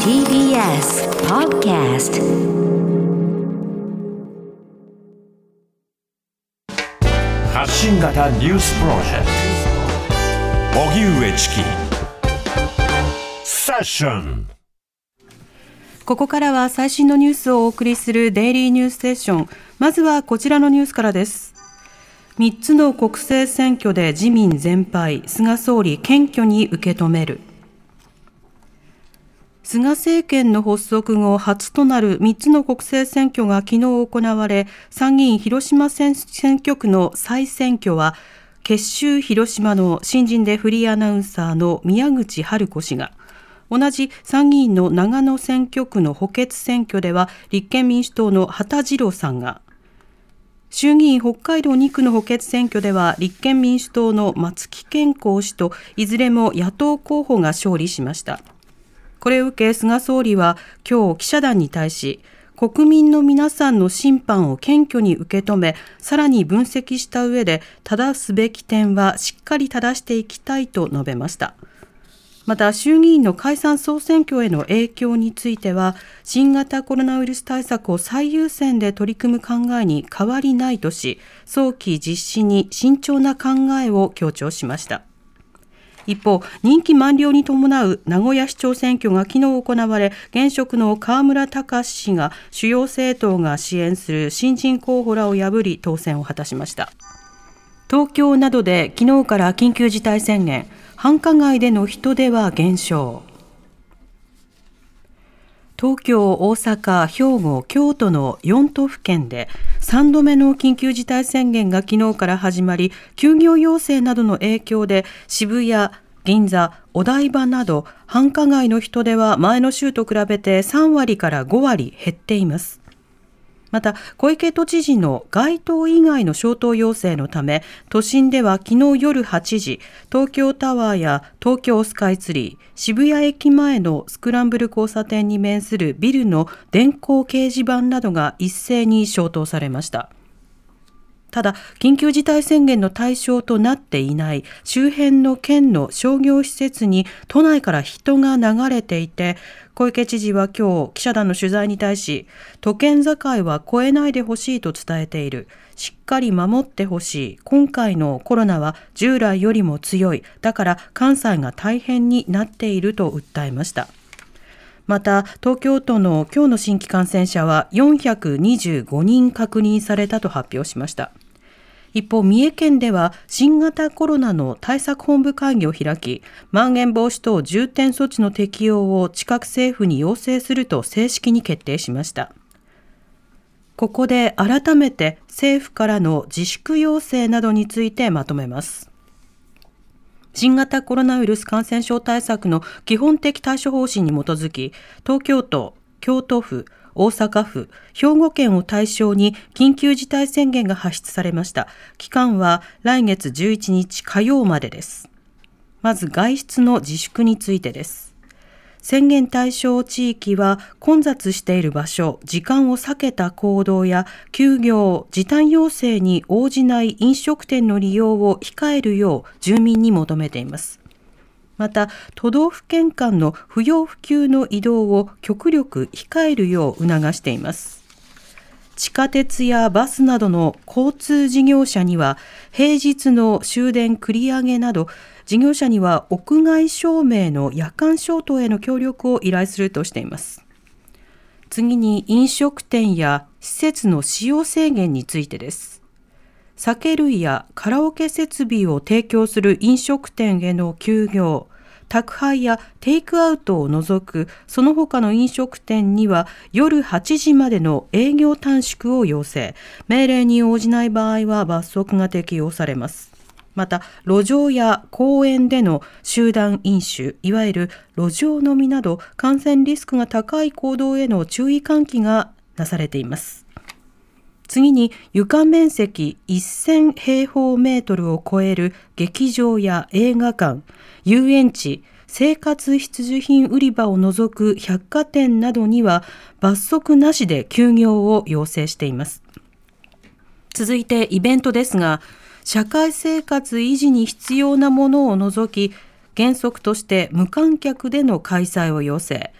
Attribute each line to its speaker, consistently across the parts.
Speaker 1: TBS Podcast
Speaker 2: 発信型ニュースプロジェクト荻上チキセッション。
Speaker 3: ここからは最新のニュースをお送りするデイリーニュースセッション。まずはこちらのニュースからです。3つの国政選挙で自民全敗、菅総理謙虚に受け止める。菅政権の発足後初となる3つの国政選挙が昨日行われ、参議院広島選挙区の再選挙は結集広島の新人でフリーアナウンサーの宮口春子氏が、同じ参議院の長野選挙区の補欠選挙では立憲民主党の羽田次郎さんが、衆議院北海道2区の補欠選挙では立憲民主党の松木健康氏といずれも野党候補が勝利しました。これを受け菅総理は今日記者団に対し、国民の皆さんの審判を謙虚に受け止め、さらに分析した上で正すべき点はしっかり正していきたいと述べました。また衆議院の解散総選挙への影響については、新型コロナウイルス対策を最優先で取り組む考えに変わりないとし、早期実施に慎重な考えを強調しました。一方、任期満了に伴う名古屋市長選挙が昨日行われ、現職の河村たかし氏が主要政党が支援する新人候補らを破り当選を果たしました。東京などで昨日から緊急事態宣言、繁華街での人出は減少。東京、大阪、兵庫、京都の4都府県で3度目の緊急事態宣言が昨日から始まり、休業要請などの影響で渋谷、銀座、お台場など繁華街の人出は前の週と比べて3割から5割減っています。また小池都知事の街頭以外の消灯要請のため、都心では昨日夜8時、東京タワーや東京スカイツリー、渋谷駅前のスクランブル交差点に面するビルの電光掲示板などが一斉に消灯されました。ただ緊急事態宣言の対象となっていない周辺の県の商業施設に都内から人が流れていて、小池知事は今日記者団の取材に対し、都県境は越えないでほしいと伝えている、しっかり守ってほしい、今回のコロナは従来よりも強い、だから関西が大変になっていると訴えました。また東京都の今日の新規感染者は425人確認されたと発表しました。一方、三重県では新型コロナの対策本部会議を開き、まん延防止等重点措置の適用を近く政府に要請すると正式に決定しました。ここで改めて政府からの自粛要請などについてまとめます。新型コロナウイルス感染症対策の基本的対処方針に基づき、東京都、京都府、大阪府、兵庫県を対象に緊急事態宣言が発出されました。期間は来月11日火曜までです。まず外出の自粛についてです。宣言対象地域は混雑している場所、時間を避けた行動や休業、時短要請に応じない飲食店の利用を控えるよう住民に求めています。また都道府県間の不要不急の移動を極力控えるよう促しています。地下鉄やバスなどの交通事業者には平日の終電繰り上げなど、事業者には屋外照明の夜間消灯への協力を依頼するとしています。次に飲食店や施設の使用制限についてです。酒類やカラオケ設備を提供する飲食店への休業、宅配やテイクアウトを除くその他の飲食店には夜8時までの営業短縮を要請、命令に応じない場合は罰則が適用されます。また路上や公園での集団飲酒、いわゆる路上飲みなど感染リスクが高い行動への注意喚起がなされています。次に床面積1000平方メートルを超える劇場や映画館、遊園地、生活必需品売り場を除く百貨店などには罰則なしで休業を要請しています。続いてイベントですが、社会生活維持に必要なものを除き、原則として無観客での開催を要請。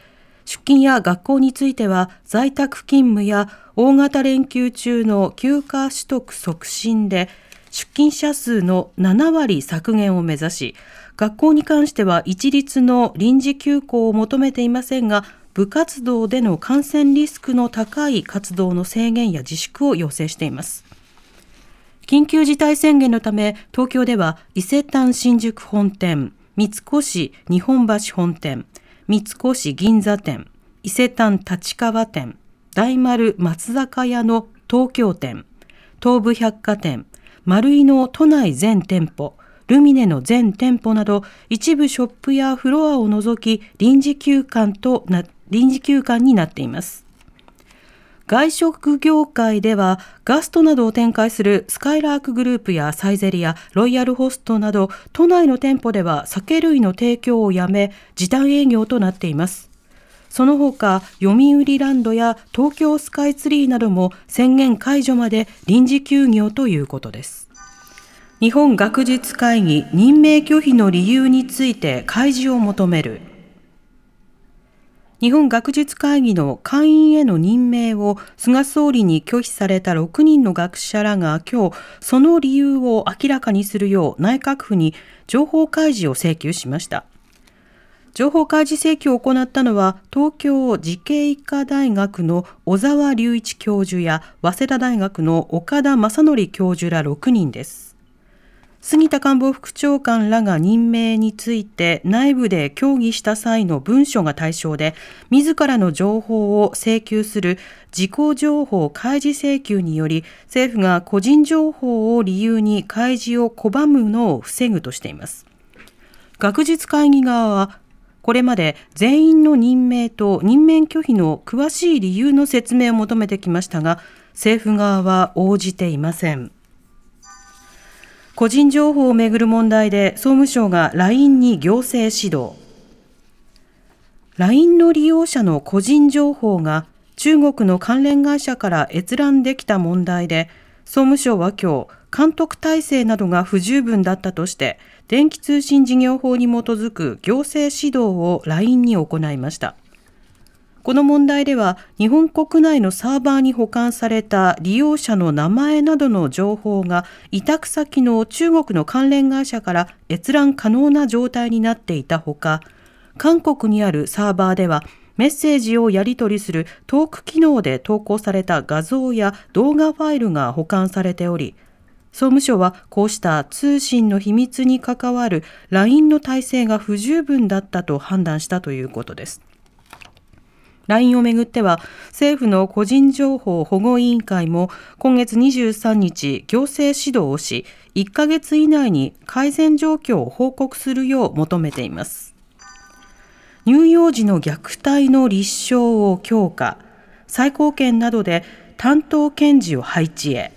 Speaker 3: 出勤や学校については在宅勤務や大型連休中の休暇取得促進で出勤者数の7割削減を目指し、学校に関しては一律の臨時休校を求めていませんが、部活動での感染リスクの高い活動の制限や自粛を要請しています。緊急事態宣言のため、東京では伊勢丹新宿本店、三越日本橋本店、三越銀座店、伊勢丹立川店、大丸松坂屋の東京店、東武百貨店、丸井の都内全店舗、ルミネの全店舗など一部ショップやフロアを除き臨時休館になっています。外食業界ではガストなどを展開するスカイラークグループやサイゼリヤ、ロイヤルホストなど都内の店舗では酒類の提供をやめ時短営業となっています。その他、読売ランドや東京スカイツリーなども宣言解除まで臨時休業ということです。日本学術会議任命拒否の理由について開示を求める。日本学術会議の会員への任命を菅総理に拒否された6人の学者らが今日、その理由を明らかにするよう内閣府に情報開示を請求しました。情報開示請求を行ったのは、東京慈恵医科大学の小沢隆一教授や早稲田大学の岡田正則教授ら6人です。杉田官房副長官らが任命について内部で協議した際の文書が対象で、自らの情報を請求する事項情報開示請求により、政府が個人情報を理由に開示を拒むのを防ぐとしています。学術会議側は、これまで全員の任命と任命拒否の詳しい理由の説明を求めてきましたが、政府側は応じていません。個人情報をめぐる問題で総務省が LINE に行政指導。LINE の利用者の個人情報が中国の関連会社から閲覧できた問題で、総務省は今日、監督体制などが不十分だったとして、電気通信事業法に基づく行政指導を LINE に行いました。この問題では、日本国内のサーバーに保管された利用者の名前などの情報が委託先の中国の関連会社から閲覧可能な状態になっていたほか、韓国にあるサーバーではメッセージをやり取りするトーク機能で投稿された画像や動画ファイルが保管されており、総務省はこうした通信の秘密に関わる LINE の体制が不十分だったと判断したということです。LINE をめぐっては、政府の個人情報保護委員会も今月23日行政指導をし、1ヶ月以内に改善状況を報告するよう求めています。乳幼児の虐待の立証を強化、最高検などで担当検事を配置へ。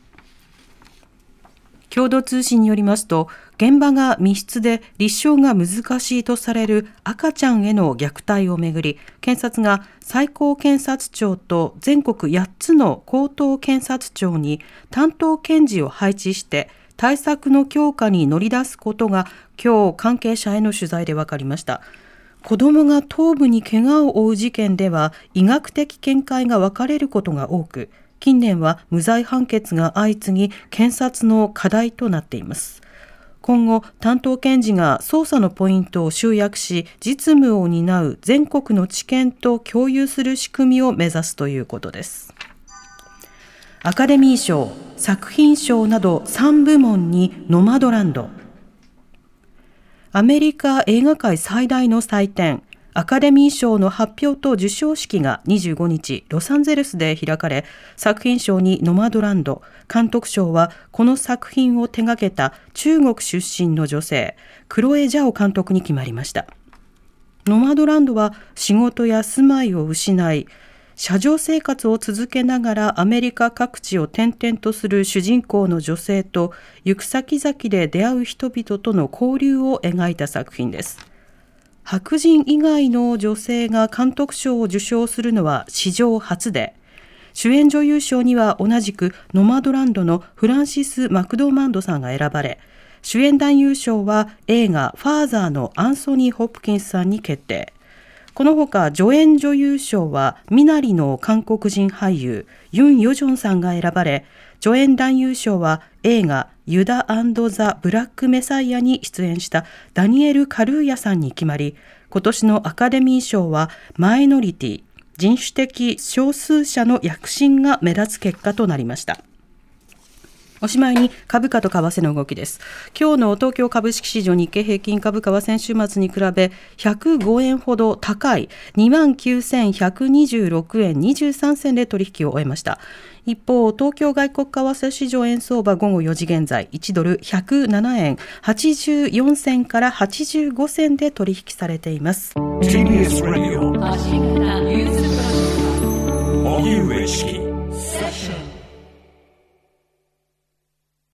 Speaker 3: 共同通信によりますと、現場が密室で立証が難しいとされる赤ちゃんへの虐待をめぐり、検察が最高検察庁と全国8つの高等検察庁に担当検事を配置して対策の強化に乗り出すことが今日関係者への取材で分かりました。子どもが頭部に怪我を負う事件では医学的見解が分かれることが多く、近年は無罪判決が相次ぎ検察の課題となっています。今後、担当検事が捜査のポイントを集約し、実務を担う全国の知見と共有する仕組みを目指すということです。アカデミー賞、作品賞など3部門にノマドランド。アメリカ映画界最大の祭典、アカデミー賞の発表と授賞式が25日ロサンゼルスで開かれ、作品賞にノマドランド、監督賞はこの作品を手掛けた中国出身の女性クロエ・ジャオ監督に決まりました。ノマドランドは仕事や住まいを失い、車上生活を続けながらアメリカ各地を転々とする主人公の女性と行く先々で出会う人々との交流を描いた作品です。白人以外の女性が監督賞を受賞するのは史上初で、主演女優賞には同じくノマドランドのフランシス・マクドーマンドさんが選ばれ、主演男優賞は映画ファーザーのアンソニー・ホプキンスさんに決定。 このほか助演女優賞はミナリの韓国人俳優ユン・ヨジョンさんが選ばれ、助演男優賞は映画ユダ&ザ・ブラックメサイアに出演したダニエル・カルーヤさんに決まり、今年のアカデミー賞はマイノリティ、人種的少数者の躍進が目立つ結果となりました。おしまいに株価と為替の動きです。今日の東京株式市場日経平均株価は先週末に比べ105円ほど高い 29,126 円23銭で取引を終えました。一方、東京外国為替市場円相場午後4時現在1ドル107円84銭から85銭で取引されています。
Speaker 2: TBS ラジオ荻上チキ